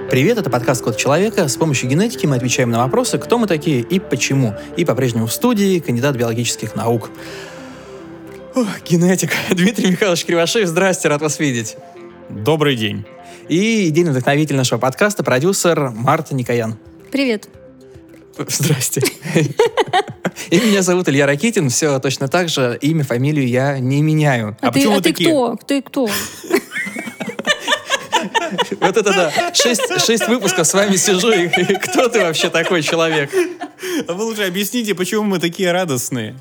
Привет, это подкаст «Код человека». С помощью генетики мы отвечаем на вопросы, кто мы такие и почему. И по-прежнему в студии кандидат биологических наук. Генетик. Дмитрий Михайлович Кривошеев, здрасте, рад вас видеть. Добрый день. И идейный вдохновитель нашего подкаста, продюсер Марта Никоян. Привет. Здрасте. И меня зовут Илья Ракитин, все точно так же, имя, фамилию я не меняю. А ты кто? Ты кто? Вот это да. 6 выпусков с вами сижу, и кто ты вообще такой человек? А вы лучше объясните, почему мы такие радостные.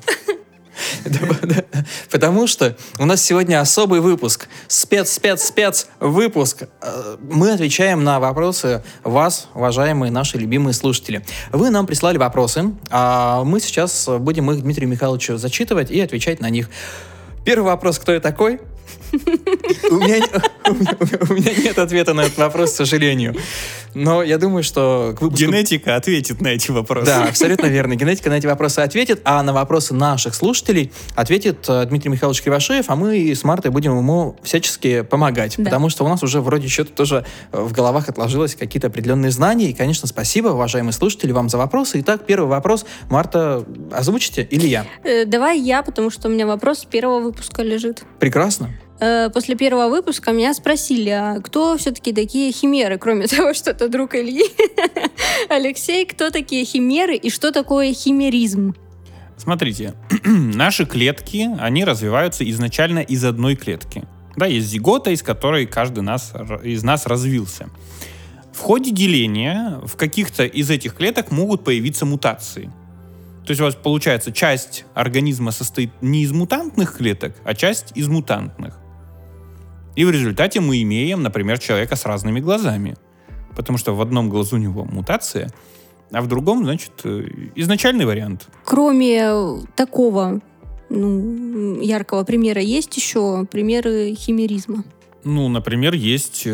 Потому что у нас сегодня особый выпуск. Спец выпуск. Мы отвечаем на вопросы вас, уважаемые наши любимые слушатели. Вы нам прислали вопросы, а мы сейчас будем их Дмитрию Михайловичу зачитывать и отвечать на них. Первый вопрос: кто я такой? У меня нет ответа на этот вопрос, к сожалению. Но я думаю, что... Генетика ответит на эти вопросы. Да, абсолютно верно. Генетика на эти вопросы ответит, а на вопросы наших слушателей ответит Дмитрий Михайлович Кривошеев, а мы с Мартой будем ему всячески помогать. Да. Потому что у нас уже вроде что-то тоже в головах отложилось, какие-то определенные знания. И, конечно, спасибо, уважаемые слушатели, вам за вопросы. Итак, первый вопрос. Марта, озвучите или я? Давай я, потому что у меня вопрос с первого выпуска лежит. Прекрасно. После первого выпуска меня спросили, а кто все-таки такие химеры, кроме того, что это друг Ильи. Алексей, кто такие химеры и что такое химеризм? Смотрите, наши клетки, они развиваются изначально из одной клетки. Да, есть зигота, из которой каждый из нас развился. В ходе деления в каких-то из этих клеток могут появиться мутации. То есть у вас получается, часть организма состоит не из мутантных клеток, а часть из мутантных. И в результате мы имеем, например, человека с разными глазами. Потому что в одном глазу у него мутация, а в другом, значит, изначальный вариант. Кроме такого яркого примера, есть еще примеры химеризма? Например, есть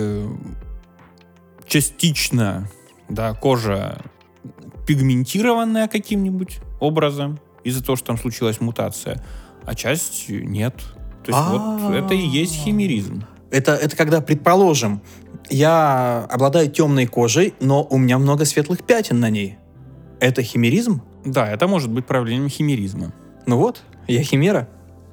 частично, кожа пигментированная каким-нибудь образом из-за того, что там случилась мутация, а часть нет. То есть вот это и есть химеризм. Это когда, предположим, я обладаю темной кожей, но у меня много светлых пятен на ней. Это химеризм? Да, это может быть проявлением химеризма. Ну вот, я химера.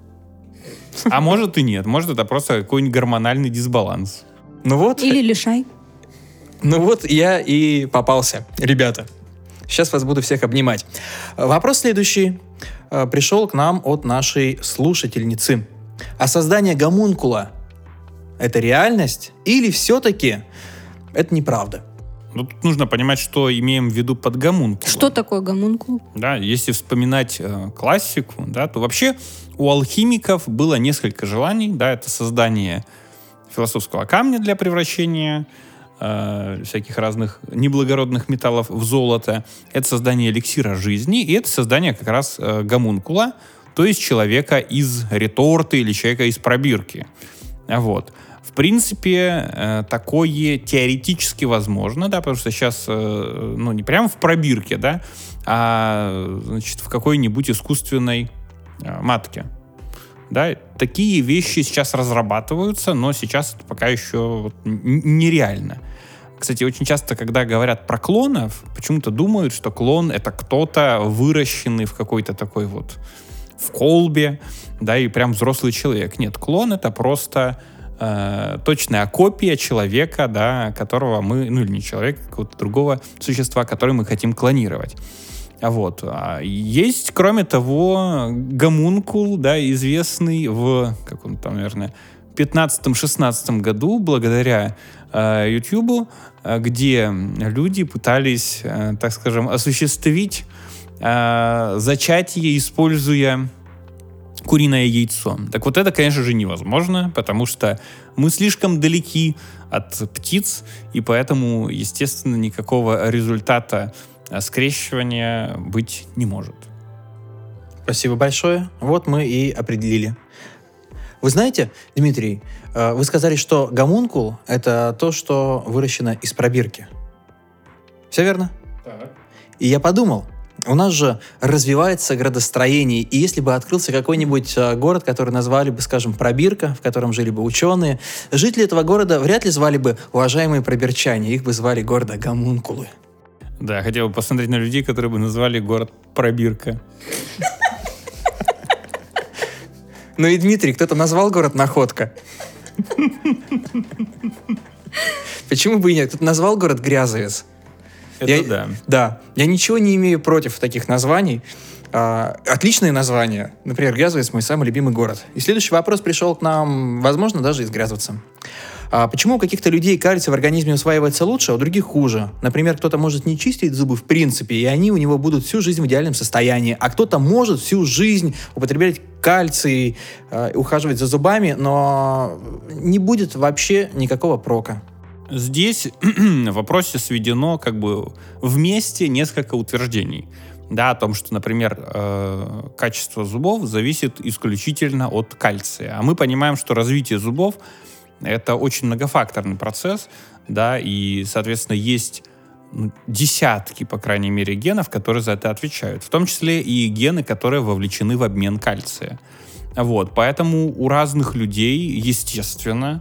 А может и нет. Может это просто какой-нибудь гормональный дисбаланс. Ну вот. Или лишай. Ну вот я и попался, ребята. Сейчас вас буду всех обнимать. Вопрос следующий. Пришел к нам от нашей слушательницы. А создание гомункула — это реальность или все-таки это неправда? Тут нужно понимать, что имеем в виду под гомункулом. Что такое гомункул? Да, если вспоминать классику, то вообще у алхимиков было несколько желаний. Да, это создание философского камня для превращения всяких разных неблагородных металлов в золото. Это создание эликсира жизни, и это создание как раз гомункула, то есть человека из реторты или человека из пробирки. Вот. В принципе, такое теоретически возможно, потому что сейчас, не прямо в пробирке, а значит, в какой-нибудь искусственной матке. Да, такие вещи сейчас разрабатываются, но сейчас это пока еще нереально. Кстати, очень часто, когда говорят про клонов, почему-то думают, что клон — это кто-то выращенный в какой-то такой в колбе, и прям взрослый человек. Нет, клон — это просто точная копия человека, которого мы, или не человека, какого-то другого существа, который мы хотим клонировать. Вот. Есть, кроме того, гомункул, известный в, наверное, 15-16 году, благодаря YouTube, где люди пытались, так скажем, осуществить зачатие, используя куриное яйцо. Так вот это, конечно же, невозможно, потому что мы слишком далеки от птиц, и поэтому, естественно, никакого результата скрещивания быть не может. Спасибо большое. Вот мы и определили. Вы знаете, Дмитрий, вы сказали, что гомункул — это то, что выращено из пробирки. Все верно? Так. И я подумал, у нас же развивается градостроение, и если бы открылся какой-нибудь город, который назвали бы, скажем, Пробирка, в котором жили бы ученые, жители этого города вряд ли звали бы уважаемые пробирчане, их бы звали города Гомункулы. Да, хотел бы посмотреть на людей, которые бы назвали город Пробирка. Ну и, Дмитрий, кто-то назвал город Находка. Почему бы и нет? Кто-то назвал город Грязовец. Да. Да, я ничего не имею против таких названий. Отличные названия. Например, Грязовец — мой самый любимый город. И следующий вопрос пришел к нам, возможно, даже из Грязовца. Почему у каких-то людей кальций в организме усваивается лучше, а у других хуже? Например, кто-то может не чистить зубы в принципе, и они у него будут всю жизнь в идеальном состоянии, а кто-то может всю жизнь употреблять кальций, ухаживать за зубами, но не будет вообще никакого прока. Здесь в вопросе сведено как бы вместе несколько утверждений. Да, о том, что, например, качество зубов зависит исключительно от кальция. А мы понимаем, что развитие зубов — это очень многофакторный процесс, да, и, соответственно, есть десятки, по крайней мере, генов, которые за это отвечают. В том числе и гены, которые вовлечены в обмен кальция. Вот, поэтому у разных людей, естественно,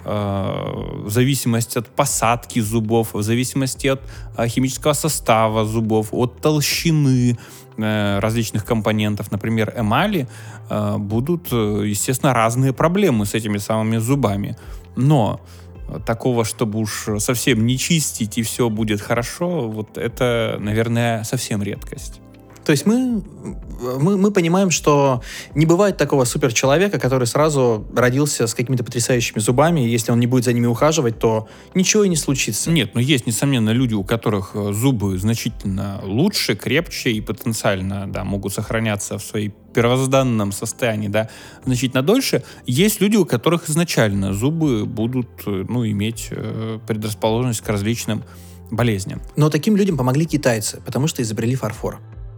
в зависимости от посадки зубов, в зависимости от химического состава зубов, от толщины различных компонентов, например, эмали, будут, естественно, разные проблемы с этими самыми зубами. Но такого, чтобы уж совсем не чистить и все будет хорошо, вот это, наверное, совсем редкость. То есть мы понимаем, что не бывает такого суперчеловека, который сразу родился с какими-то потрясающими зубами, и если он не будет за ними ухаживать, то ничего и не случится. Нет, но есть, несомненно, люди, у которых зубы значительно лучше, крепче и потенциально, да, могут сохраняться в своей первозданном состоянии, да, значительно дольше. Есть люди, у которых изначально зубы будут, иметь предрасположенность к различным болезням. Но таким людям помогли китайцы, потому что изобрели фарфор.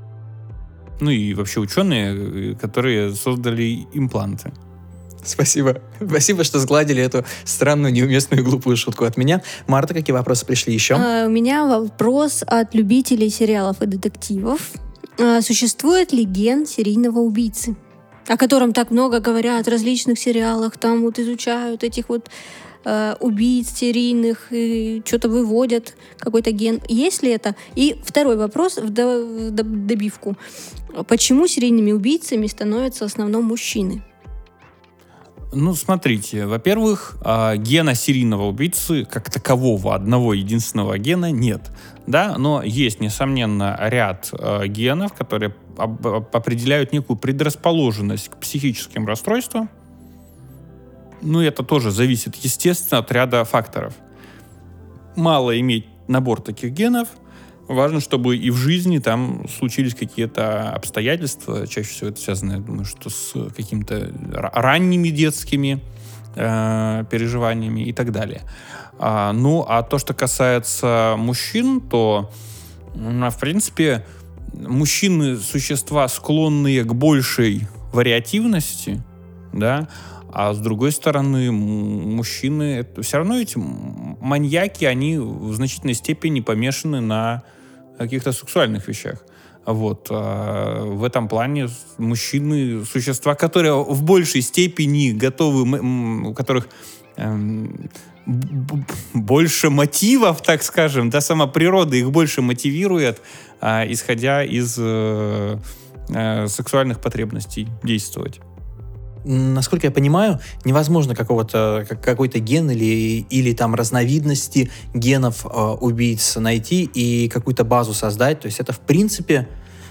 Ну и вообще ученые, которые создали импланты. Спасибо. Спасибо, что сгладили эту странную, неуместную, глупую шутку от меня. Марта, какие вопросы пришли еще? У меня вопрос от любителей сериалов и детективов. Существует ли ген серийного убийцы, о котором так много говорят в различных сериалах, там вот изучают этих вот убийц серийных, и что-то выводят, какой-то ген. Есть ли это? И второй вопрос в добивку. Почему серийными убийцами становятся в основном мужчины? Ну, смотрите, во-первых, гена серийного убийцы как такового, одного единственного гена нет, да, но есть, несомненно, ряд генов, которые определяют некую предрасположенность к психическим расстройствам. Ну, это тоже зависит, естественно, от ряда факторов. Мало иметь набор таких генов. Важно, чтобы и в жизни там случились какие-то обстоятельства. Чаще всего это связано, я думаю, что с какими-то ранними детскими переживаниями и так далее. А то, что касается мужчин, то, в принципе, мужчины — существа, склонные к большей вариативности, да, а с другой стороны, мужчины, все равно эти маньяки, они в значительной степени помешаны на каких-то сексуальных вещах. Вот. В этом плане мужчины — существа, которые в большей степени готовы, у которых больше мотивов, так скажем, да, сама природа их больше мотивирует, исходя из сексуальных потребностей действовать. Насколько я понимаю, невозможно какой-то ген или там разновидности генов убийц найти и какую-то базу создать. То есть это, в принципе,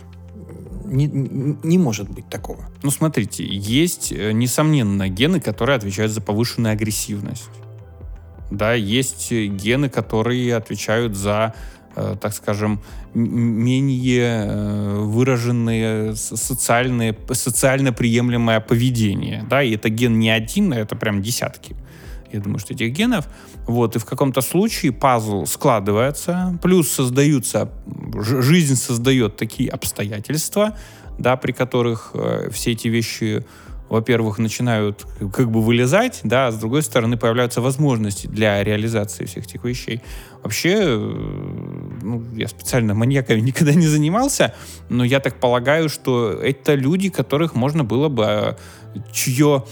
не может быть такого. Ну, смотрите, есть, несомненно, гены, которые отвечают за повышенную агрессивность. Да, есть гены, которые отвечают за, так скажем, менее выраженное социально приемлемое поведение. Да, и это ген не один, а это прям десятки. Я думаю, что этих генов. Вот, и в каком-то случае пазл складывается, плюс жизнь создает такие обстоятельства, да, при которых все эти вещи, во-первых, начинают как бы вылезать, да, а с другой стороны появляются возможности для реализации всех этих вещей. Вообще, я специально маньяками никогда не занимался, но я так полагаю, что это люди, которых можно было бы, чью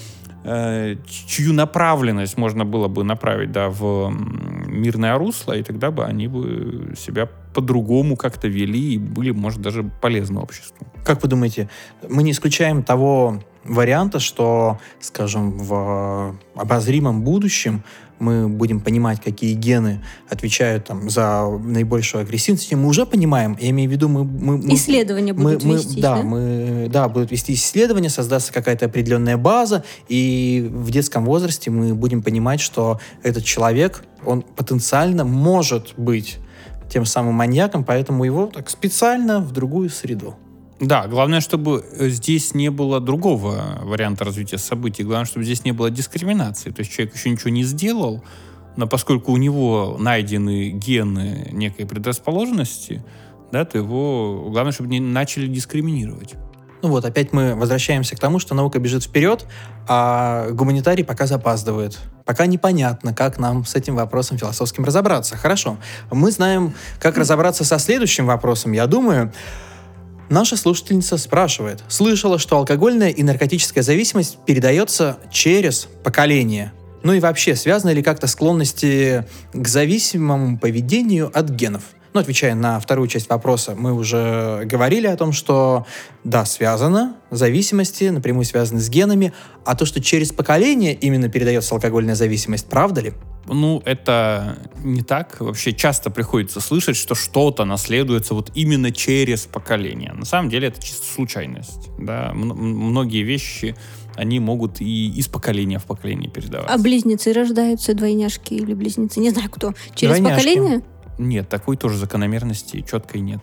направленность можно было бы направить, да, в мирное русло, и тогда бы они бы себя по-другому как-то вели и были, может, даже полезны обществу. Как вы думаете, мы не исключаем того варианта, что, скажем, в обозримом будущем мы будем понимать, какие гены отвечают там за наибольшую агрессивность. Мы уже понимаем, я имею в виду, исследования будут вестись, да? Будут вести исследования, создастся какая-то определенная база, и в детском возрасте мы будем понимать, что этот человек, он потенциально может быть тем самым маньяком, поэтому его так специально в другую среду. Да, главное, чтобы здесь не было другого варианта развития событий. Главное, чтобы здесь не было дискриминации. То есть человек еще ничего не сделал, но поскольку у него найдены гены некой предрасположенности, да, то его главное, чтобы не начали дискриминировать. Ну вот, опять мы возвращаемся к тому, что наука бежит вперед, а гуманитарий пока запаздывает. Пока непонятно, как нам с этим вопросом философским разобраться. Хорошо, мы знаем, как разобраться со следующим вопросом, я думаю. Наша слушательница спрашивает, слышала, что алкогольная и наркотическая зависимость передается через поколение. Ну и вообще, связаны ли как-то склонности к зависимому поведению от генов? Ну, отвечая на вторую часть вопроса, мы уже говорили о том, что да, связано, зависимости напрямую связаны с генами, а то, что через поколение именно передается алкогольная зависимость, правда ли? Ну, это не так. Вообще часто приходится слышать, что что-то наследуется вот именно через поколение. На самом деле это чисто случайность. Да? Многие вещи, они могут и из поколения в поколение передаваться. А близнецы рождаются, двойняшки или близнецы? Не знаю кто. Через Двойняшки. поколение? Нет, такой тоже закономерности четкой нет.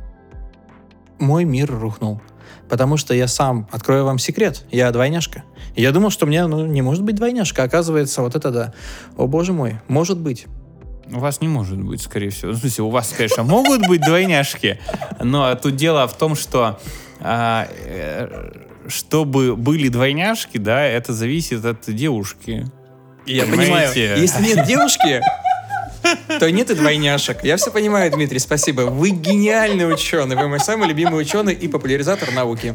Мой мир рухнул. Потому что я сам, открою вам секрет, я двойняшка. И я думал, что мне не может быть двойняшка. Оказывается, вот это да. О, боже мой, может быть. У вас не может быть, скорее всего. В смысле, у вас, конечно, могут быть двойняшки, но тут дело в том, что чтобы были двойняшки, да, это зависит от девушки. Я понимаю, если нет девушки, то нет и двойняшек. Я все понимаю, Дмитрий, спасибо. Вы гениальный ученый. Вы мой самый любимый ученый и популяризатор науки.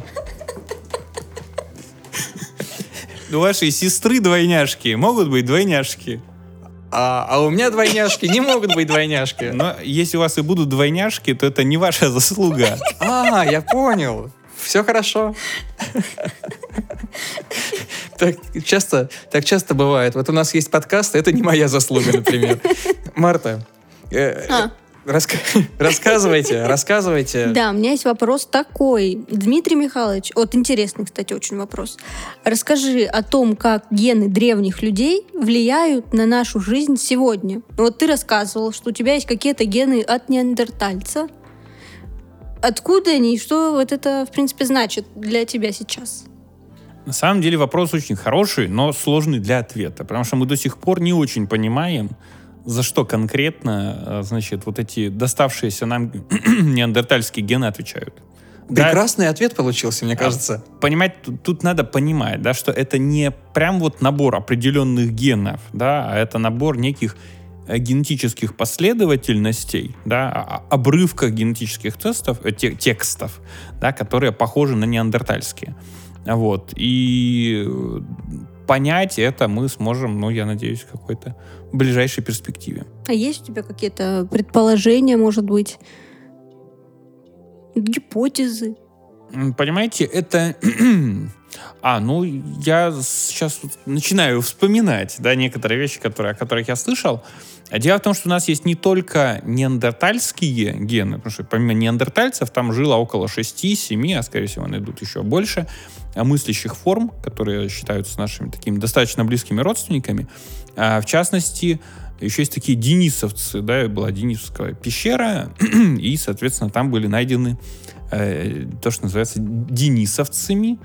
У вашей сестры двойняшки могут быть двойняшки. А у меня двойняшки не могут быть двойняшки. Но если у вас и будут двойняшки, то это не ваша заслуга. Я понял. Все хорошо. Так часто бывает. Вот у нас есть подкаст, это не моя заслуга, например. Марта, рассказывайте. Да, у меня есть вопрос такой. Дмитрий Михайлович, вот интересный, кстати, очень вопрос. Расскажи о том, как гены древних людей влияют на нашу жизнь сегодня. Вот ты рассказывал, что у тебя есть какие-то гены от неандертальца. Откуда они и что вот это, в принципе, значит для тебя сейчас? На самом деле вопрос очень хороший, но сложный для ответа, потому что мы до сих пор не очень понимаем, за что конкретно, значит, вот эти доставшиеся нам неандертальские гены отвечают. Прекрасный ответ получился, мне кажется. Понимать, тут надо понимать, да, что это не прям вот набор определенных генов, да, а это набор неких генетических последовательностей, да, обрывках генетических текстов, да, которые похожи на неандертальские. Вот. И понять это мы сможем, я надеюсь, в какой-то ближайшей перспективе. А есть у тебя какие-то предположения, может быть, гипотезы? Понимаете, это... я сейчас начинаю вспоминать, да, некоторые вещи, о которых я слышал. Дело в том, что у нас есть не только неандертальские гены, потому что помимо неандертальцев там жило около 6-7, а скорее всего найдут еще больше, мыслящих форм, которые считаются нашими такими достаточно близкими родственниками. В частности, еще есть такие денисовцы, да, была Денисовская пещера, и, соответственно, там были найдены то, что называется денисовцами.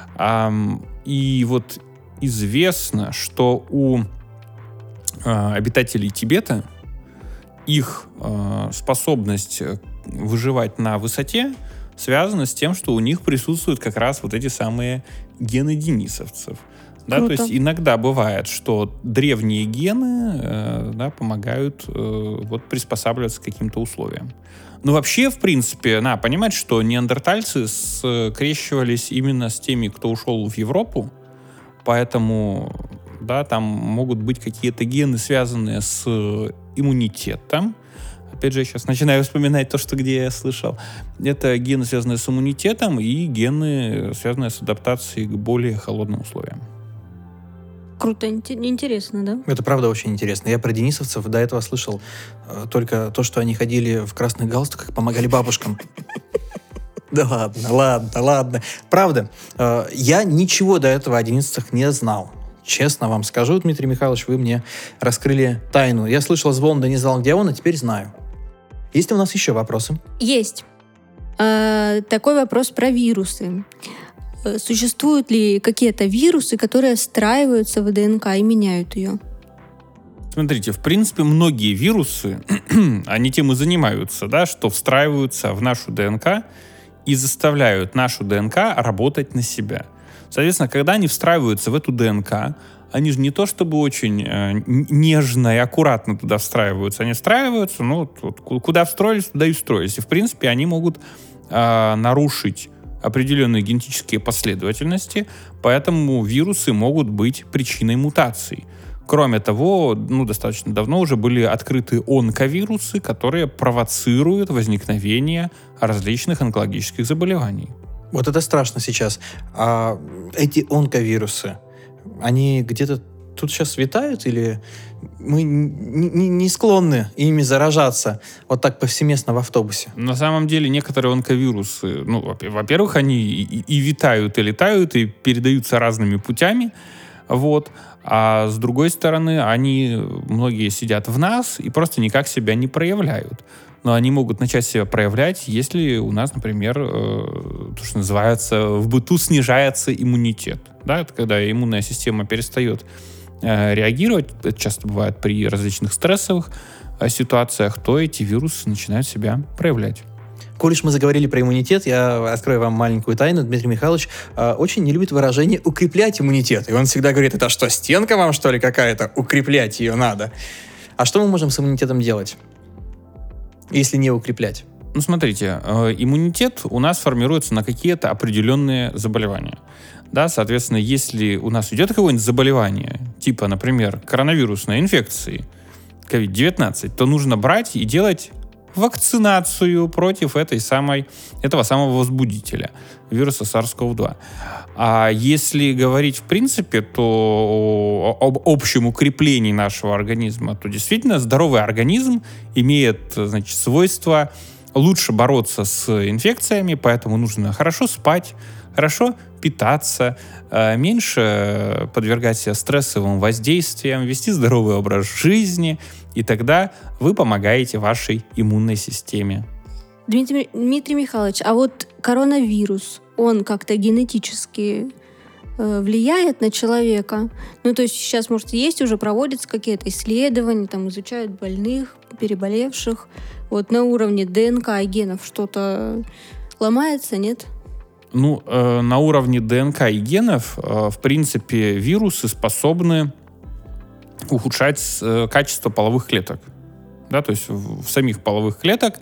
И вот известно, что у обитателей Тибета их способность выживать на высоте связана с тем, что у них присутствуют как раз вот эти самые гены денисовцев. Да, то Круто. есть иногда бывает, что древние гены помогают вот приспосабливаться к каким-то условиям. Но вообще, в принципе, надо понимать, что неандертальцы скрещивались именно с теми, кто ушел в Европу, поэтому да, там могут быть какие-то гены, связанные с иммунитетом. Опять же, я сейчас начинаю вспоминать то, что где я слышал. Это гены, связанные с иммунитетом, и гены, связанные с адаптацией к более холодным условиям. Круто, интересно, да? Это правда очень интересно. Я про денисовцев до этого слышал только то, что они ходили в красных галстуках, помогали бабушкам. Да ладно. Правда, я ничего до этого о денисовцах не знал. Честно вам скажу, Дмитрий Михайлович, вы мне раскрыли тайну. Я слышал звон, да не знал, где он, а теперь знаю. Есть ли у нас еще вопросы? Есть. Такой вопрос про вирусы. Существуют ли какие-то вирусы, которые встраиваются в ДНК и меняют ее? Смотрите, в принципе, многие вирусы, они тем и занимаются, да, что встраиваются в нашу ДНК и заставляют нашу ДНК работать на себя. Соответственно, когда они встраиваются в эту ДНК, они же не то чтобы очень нежно и аккуратно туда встраиваются. Они встраиваются, ну, вот, куда встроились, туда и встроились. И, в принципе, они могут нарушить определенные генетические последовательности, поэтому вирусы могут быть причиной мутаций. Кроме того, достаточно давно уже были открыты онковирусы, которые провоцируют возникновение различных онкологических заболеваний. Вот это страшно сейчас. А эти онковирусы, они где-то тут сейчас витают, или мы не склонны ими заражаться вот так повсеместно в автобусе? На самом деле некоторые онковирусы, во-первых, они и витают, и летают, и передаются разными путями, вот. А с другой стороны, многие сидят в нас и просто никак себя не проявляют. Но они могут начать себя проявлять, если у нас, например, то, что называется, в быту снижается иммунитет. Да? Это когда иммунная система перестает реагировать, это часто бывает при различных стрессовых ситуациях, то эти вирусы начинают себя проявлять. Коль уж мы заговорили про иммунитет, я открою вам маленькую тайну. Дмитрий Михайлович очень не любит выражение «укреплять иммунитет». И он всегда говорит: это что, стенка вам, что ли, какая-то? Укреплять ее надо. А что мы можем с иммунитетом делать, если не укреплять? Смотрите, иммунитет у нас формируется на какие-то определенные заболевания. Да, соответственно, если у нас идет какое-нибудь заболевание, типа, например, коронавирусной инфекции, COVID-19, то нужно брать и делать вакцинацию против этого самого возбудителя, вируса SARS-CoV-2. А если говорить в принципе, то об общем укреплении нашего организма, то действительно здоровый организм имеет, свойство лучше бороться с инфекциями, поэтому нужно хорошо спать, хорошо питаться, меньше подвергать себя стрессовым воздействиям, вести здоровый образ жизни, и тогда вы помогаете вашей иммунной системе. Дмитрий Михайлович, а вот коронавирус, он как-то генетически влияет на человека? То есть сейчас, может, есть уже, проводятся какие-то исследования, там изучают больных, переболевших. Вот на уровне ДНК и генов что-то ломается, нет? На уровне ДНК и генов, в принципе, вирусы способны ухудшать качество половых клеток. Да, то есть в самих половых клетках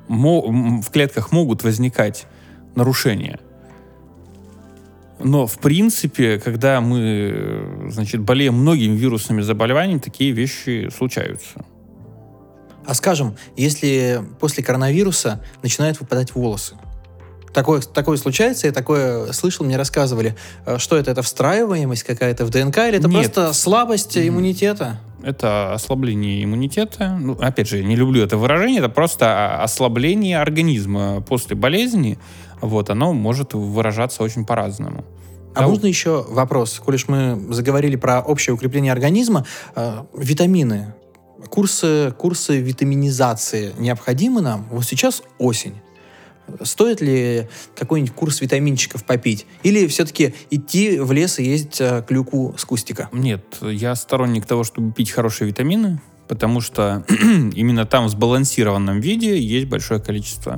могут возникать нарушения. Но, в принципе, когда мы, болеем многими вирусными заболеваниями, такие вещи случаются. А скажем, если после коронавируса начинают выпадать волосы, такое случается, я такое слышал, мне рассказывали. Что это встраиваемость какая-то в ДНК, или это Нет. просто слабость иммунитета? Это ослабление иммунитета. Опять же, я не люблю это выражение, это просто ослабление организма после болезни. Вот, оно может выражаться очень по-разному. А можно еще вопрос? Коль уж мы заговорили про общее укрепление организма, витамины, курсы витаминизации необходимы нам? Вот сейчас осень. Стоит ли какой-нибудь курс витаминчиков попить? Или все-таки идти в лес и есть клюкву с кустика? Нет, я сторонник того, чтобы пить хорошие витамины, потому что именно там в сбалансированном виде есть большое количество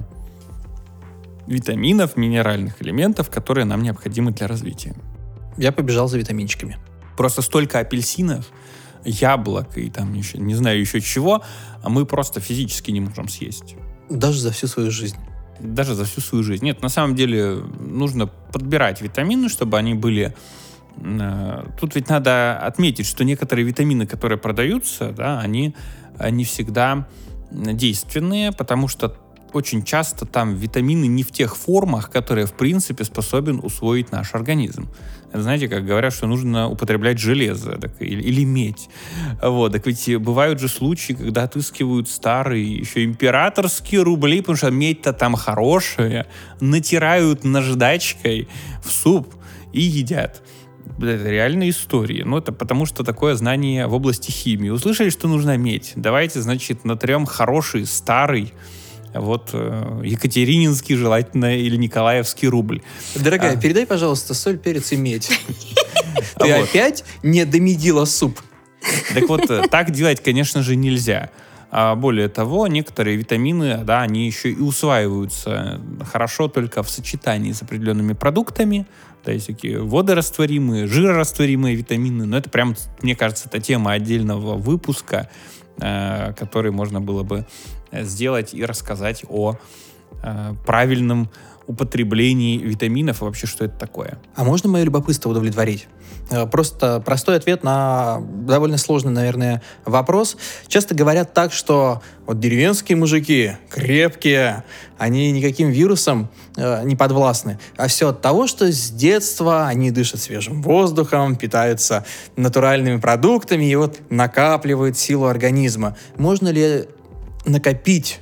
витаминов, минеральных элементов, которые нам необходимы для развития. Я побежал за витаминчиками. просто столько апельсинов, яблок и там еще, не знаю еще чего, а мы просто физически не можем съесть. Даже за всю свою жизнь. Даже за всю свою жизнь. Нет, на самом деле нужно подбирать витамины, чтобы они были... Тут ведь надо отметить, что некоторые витамины, которые продаются, да, они не всегда действенные, потому что очень часто там витамины не в тех формах, которые, в принципе, способен усвоить наш организм. Знаете, как говорят, что нужно употреблять железо так, или медь. Вот, так ведь бывают же случаи, когда отыскивают старые, еще императорские рубли, потому что медь-то там хорошая, натирают наждачкой в суп и едят. Это реальная история. Ну, это потому что такое знание в области химии. Услышали, что нужна медь? Давайте, значит, натрем хороший, старый, вот, екатерининский, желательно, или николаевский рубль. Дорогая, передай, пожалуйста, соль, перец и медь. Ты опять не домедила суп. Так вот, так делать, конечно же, нельзя. Более того, некоторые витамины, да, они еще и усваиваются хорошо только в сочетании с определенными продуктами. То есть такие водорастворимые, жирорастворимые витамины. Но это прям, мне кажется, это тема отдельного выпуска, который можно было бы сделать и рассказать о правильном употреблении витаминов и вообще, что это такое. А можно мое любопытство удовлетворить? Просто простой ответ на довольно сложный, наверное, вопрос. Часто говорят так, что вот деревенские мужики крепкие, они никаким вирусом не подвластны. А все от того, что с детства они дышат свежим воздухом, питаются натуральными продуктами и вот накапливают силу организма. Можно ли накопить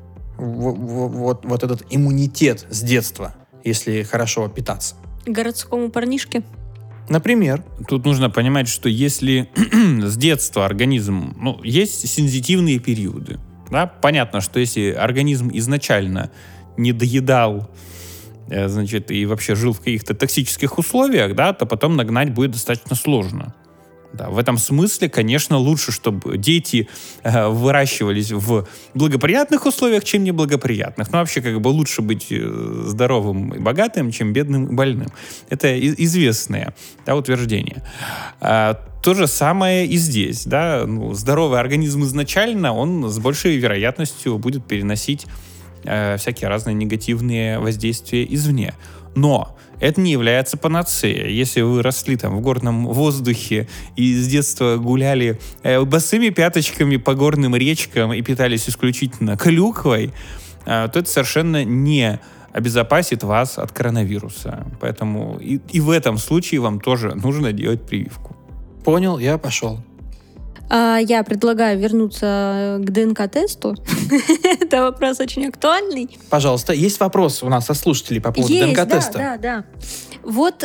вот этот иммунитет с детства, если хорошо питаться? Городскому парнишке? Например. Тут нужно понимать, что если с детства организм... Ну, есть сензитивные периоды. Да? Понятно, что если организм изначально не доедал, значит, и вообще жил в каких-то токсических условиях, да, то потом нагнать будет достаточно сложно. Да, в этом смысле, конечно, лучше, чтобы дети выращивались в благоприятных условиях, чем неблагоприятных. Но вообще, как бы лучше быть здоровым и богатым, чем бедным и больным. Это известное, да, утверждение. То же самое и здесь. Да? Ну, здоровый организм изначально, он с большей вероятностью будет переносить всякие разные негативные воздействия извне. Но это не является панацеей. Если вы росли там в горном воздухе и с детства гуляли босыми пяточками по горным речкам и питались исключительно клюквой, то это совершенно не обезопасит вас от коронавируса. Поэтому и в этом случае вам тоже нужно делать прививку. Понял, я пошел. Я предлагаю вернуться к ДНК-тесту. Это вопрос очень актуальный. Пожалуйста, есть вопрос у нас со слушателей по поводу ДНК-теста? Да. Вот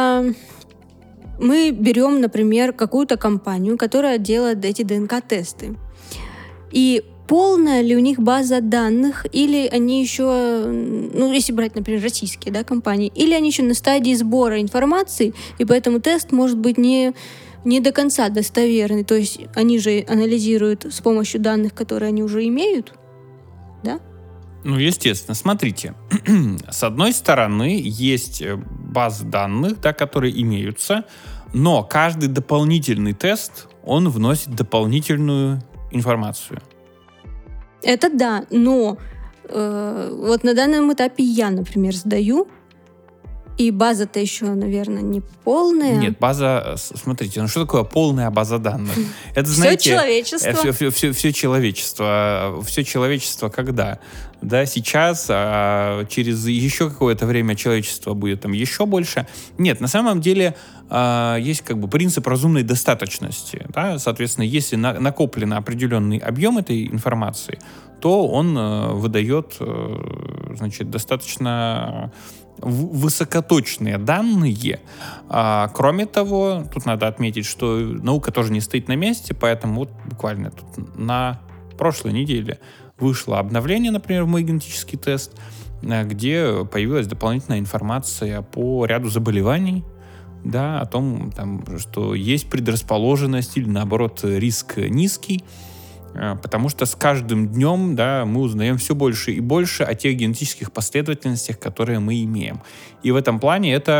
мы берем, например, какую-то компанию, которая делает эти ДНК-тесты. И полная ли у них база данных, или они еще, ну, если брать, например, российские, да, компании, или они еще на стадии сбора информации, и поэтому тест может быть не до конца достоверный. То есть они же анализируют с помощью данных, которые они уже имеют, да? Ну, естественно. Смотрите. С одной стороны, есть базы данных, да, которые имеются, но каждый дополнительный тест, он вносит дополнительную информацию. Это да, но вот на данном этапе я, например, сдаю, и база-то еще, наверное, не полная. Нет, база... Смотрите, ну что такое полная база данных? Это, знаете, все человечество. Все человечество. Все человечество когда? Да, сейчас, а через еще какое-то время человечество будет там еще больше. Нет, на самом деле есть как бы принцип разумной достаточности. Да? Соответственно, если накоплен определенный объем этой информации, то он выдает, значит, достаточно высокоточные данные. Кроме того, тут надо отметить, что наука тоже не стоит на месте, поэтому вот буквально тут на прошлой неделе вышло обновление, например, в мой генетический тест, где появилась дополнительная информация по ряду заболеваний, да, о том, там, что есть предрасположенность или, наоборот, риск низкий, потому что с каждым днем, да, мы узнаем все больше и больше о тех генетических последовательностях, которые мы имеем. И в этом плане это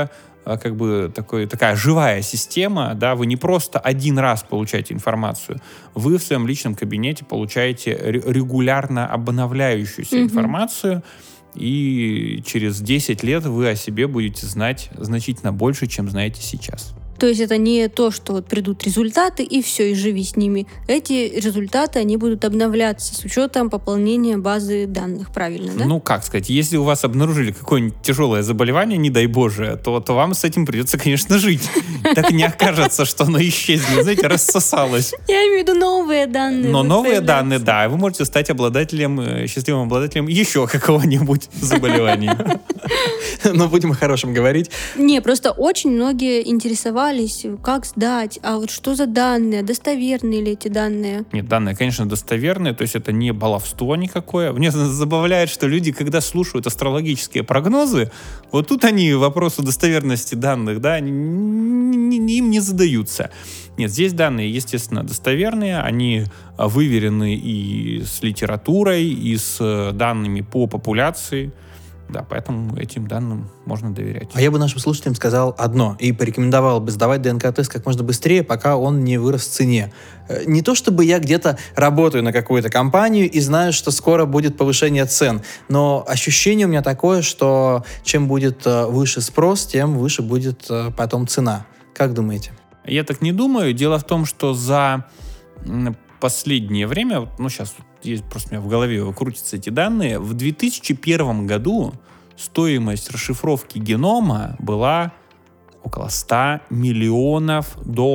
как бы такая живая система, да, вы не просто один раз получаете информацию, вы в своем личном кабинете получаете регулярно обновляющуюся информацию, и через 10 лет вы о себе будете знать значительно больше, чем знаете сейчас. То есть это не то, что вот придут результаты и все, и живи с ними. Эти результаты, они будут обновляться с учетом пополнения базы данных, правильно, да? Ну, как сказать, если у вас обнаружили какое-нибудь тяжелое заболевание, не дай боже, то вам с этим придется, конечно, жить. Так не окажется, что оно исчезнет, знаете, рассосалось. Я имею в виду новые данные. Но новые данные, да, вы можете стать счастливым обладателем еще какого-нибудь заболевания. Но будем о хорошем говорить. Не, просто очень многие интересовались, как сдать, а вот что за данные, достоверные ли эти данные? Нет, данные, конечно, достоверные, то есть это не баловство никакое. Мне забавляет, что люди, когда слушают астрологические прогнозы, вот тут они вопросу достоверности данных, да, им не задаются. Нет, здесь данные, естественно, достоверные, они выверены и с литературой, и с данными по популяции. Да, поэтому этим данным можно доверять. А я бы нашим слушателям сказал одно и порекомендовал бы сдавать ДНК-тест как можно быстрее, пока он не вырос в цене. Не то чтобы я где-то работаю на какую-то компанию и знаю, что скоро будет повышение цен, но ощущение у меня такое, что чем будет выше спрос, тем выше будет потом цена. Как думаете? Я так не думаю. Дело в том, что за последнее время, сейчас есть просто у меня в голове крутятся эти данные, в 2001 году стоимость расшифровки генома была около $100 миллионов.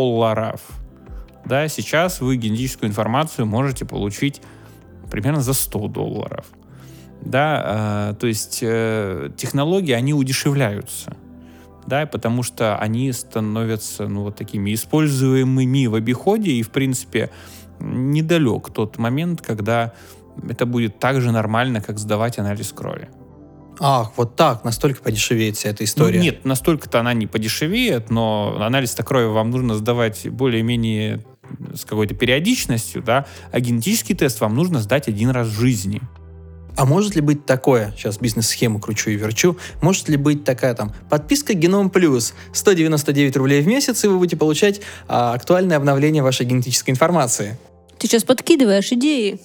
Да, сейчас вы генетическую информацию можете получить примерно за $100. Да, то есть технологии, они удешевляются. Да, потому что они становятся вот такими используемыми в обиходе, и, в принципе, недалек тот момент, когда это будет так же нормально, как сдавать анализ крови. Ах, вот так, настолько подешевеет вся эта история. Нет, настолько-то она не подешевеет, но анализ крови вам нужно сдавать более-менее с какой-то периодичностью, да, а генетический тест вам нужно сдать один раз в жизни. А может ли быть такое, сейчас бизнес-схему кручу и верчу, может ли быть такая подписка Геном Плюс, 199 рублей в месяц, и вы будете получать актуальное обновление вашей генетической информации? Ты сейчас подкидываешь идеи.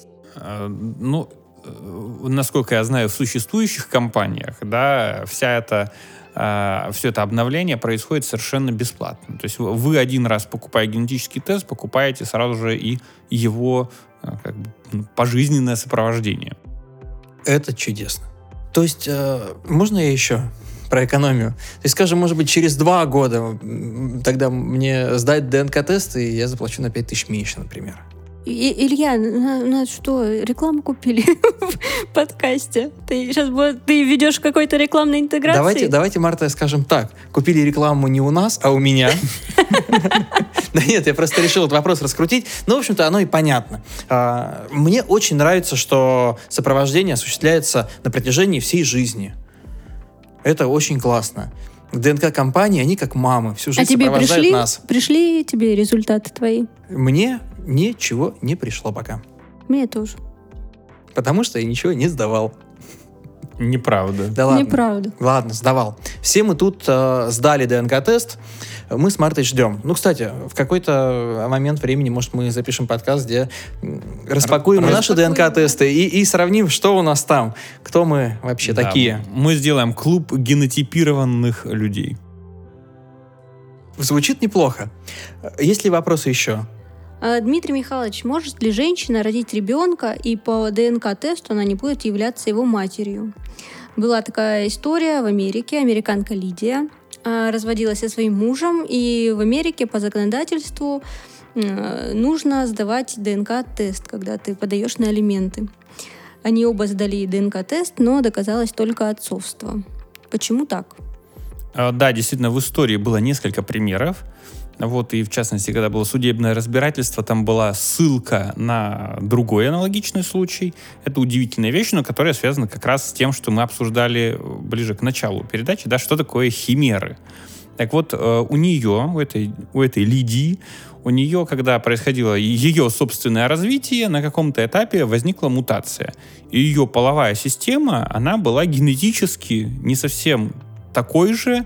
Насколько я знаю, в существующих компаниях, да, все это обновление происходит совершенно бесплатно. То есть вы один раз, покупая генетический тест, покупаете сразу же и его пожизненное сопровождение. Это чудесно. То есть, можно я еще про экономию? То есть, скажем, может быть, через 2 года тогда мне сдать ДНК-тест, и я заплачу на 5000 меньше, например. Илья, нас что, рекламу купили в подкасте? Ты сейчас ты ведешь какой-то рекламной интеграции? Давайте, Марта, скажем так. Купили рекламу не у нас, а у меня. Да нет, я просто решил этот вопрос раскрутить. Но, в общем-то, оно и понятно. Мне очень нравится, что сопровождение осуществляется на протяжении всей жизни. Это очень классно. ДНК-компании, они как мамы, всю жизнь сопровождают нас. Пришли тебе результаты твои? Мне ничего не пришло пока. Мне тоже. Потому что я ничего не сдавал. Неправда. Да ладно. Неправда. Ладно, сдавал. Все мы тут сдали ДНК-тест. Мы с Мартой ждем. Кстати, в какой-то момент времени, может, мы запишем подкаст, где распакуем наши ДНК-тесты и сравним, что у нас там. Кто мы вообще такие. Мы сделаем клуб генотипированных людей. Звучит неплохо. Есть ли вопросы еще? Дмитрий Михайлович, может ли женщина родить ребенка, и по ДНК-тесту она не будет являться его матерью? Была такая история в Америке. Американка Лидия разводилась со своим мужем, и в Америке по законодательству нужно сдавать ДНК-тест, когда ты подаешь на алименты. Они оба сдали ДНК-тест, но доказалось только отцовство. Почему так? Да, действительно, в истории было несколько примеров. И в частности, когда было судебное разбирательство, там была ссылка на другой аналогичный случай. Это удивительная вещь, но которая связана как раз с тем, что мы обсуждали ближе к началу передачи, да, что такое химеры. Так вот, у нее, у этой Лидии, у нее, когда происходило ее собственное развитие, на каком-то этапе возникла мутация. И ее половая система, она была генетически не совсем такой же,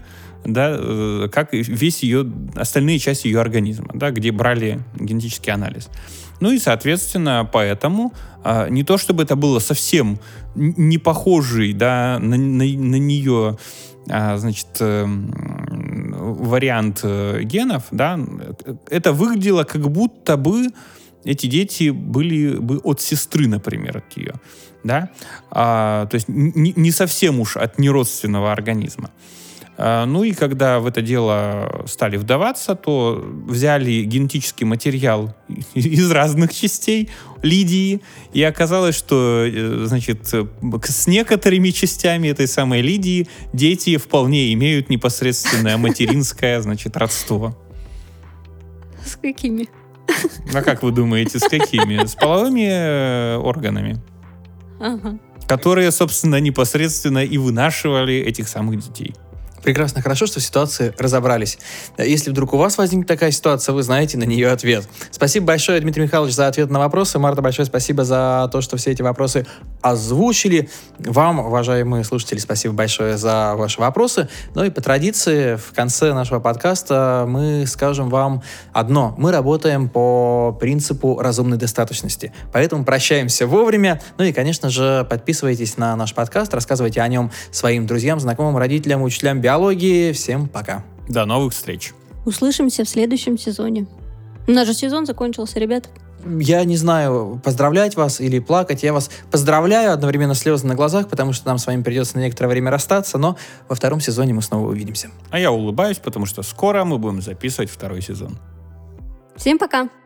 да, как и весь ее, остальные части ее организма, да, где брали генетический анализ. Ну и, соответственно, поэтому не то, чтобы это было совсем не похожий, да, на нее, значит, вариант генов, да, это выглядело, как будто бы эти дети были бы от сестры, например, от ее, да, то есть не совсем уж от неродственного организма. Ну и когда в это дело стали вдаваться, то взяли генетический материал из разных частей Лидии, и оказалось, что, значит, с некоторыми частями этой самой Лидии дети вполне имеют непосредственное материнское, значит, родство. С какими? А как вы думаете, с какими? С половыми органами. Ага. Которые, собственно, непосредственно и вынашивали этих самых детей. Прекрасно, хорошо, что в ситуации разобрались. Если вдруг у вас возникнет такая ситуация, вы знаете на нее ответ. Спасибо большое, Дмитрий Михайлович, за ответ на вопросы. Марта, большое спасибо за то, что все эти вопросы озвучили. Вам, уважаемые слушатели, спасибо большое за ваши вопросы. Ну и по традиции, в конце нашего подкаста мы скажем вам одно. Мы работаем по принципу разумной достаточности. Поэтому прощаемся вовремя. Ну и, конечно же, подписывайтесь на наш подкаст, рассказывайте о нем своим друзьям, знакомым, родителям, учителям биологии. Всем пока. До новых встреч. Услышимся в следующем сезоне. У нас же сезон закончился, ребята. Я не знаю, поздравлять вас или плакать. Я вас поздравляю, одновременно слезы на глазах, потому что нам с вами придется на некоторое время расстаться, но во втором сезоне мы снова увидимся. А я улыбаюсь, потому что скоро мы будем записывать второй сезон. Всем пока!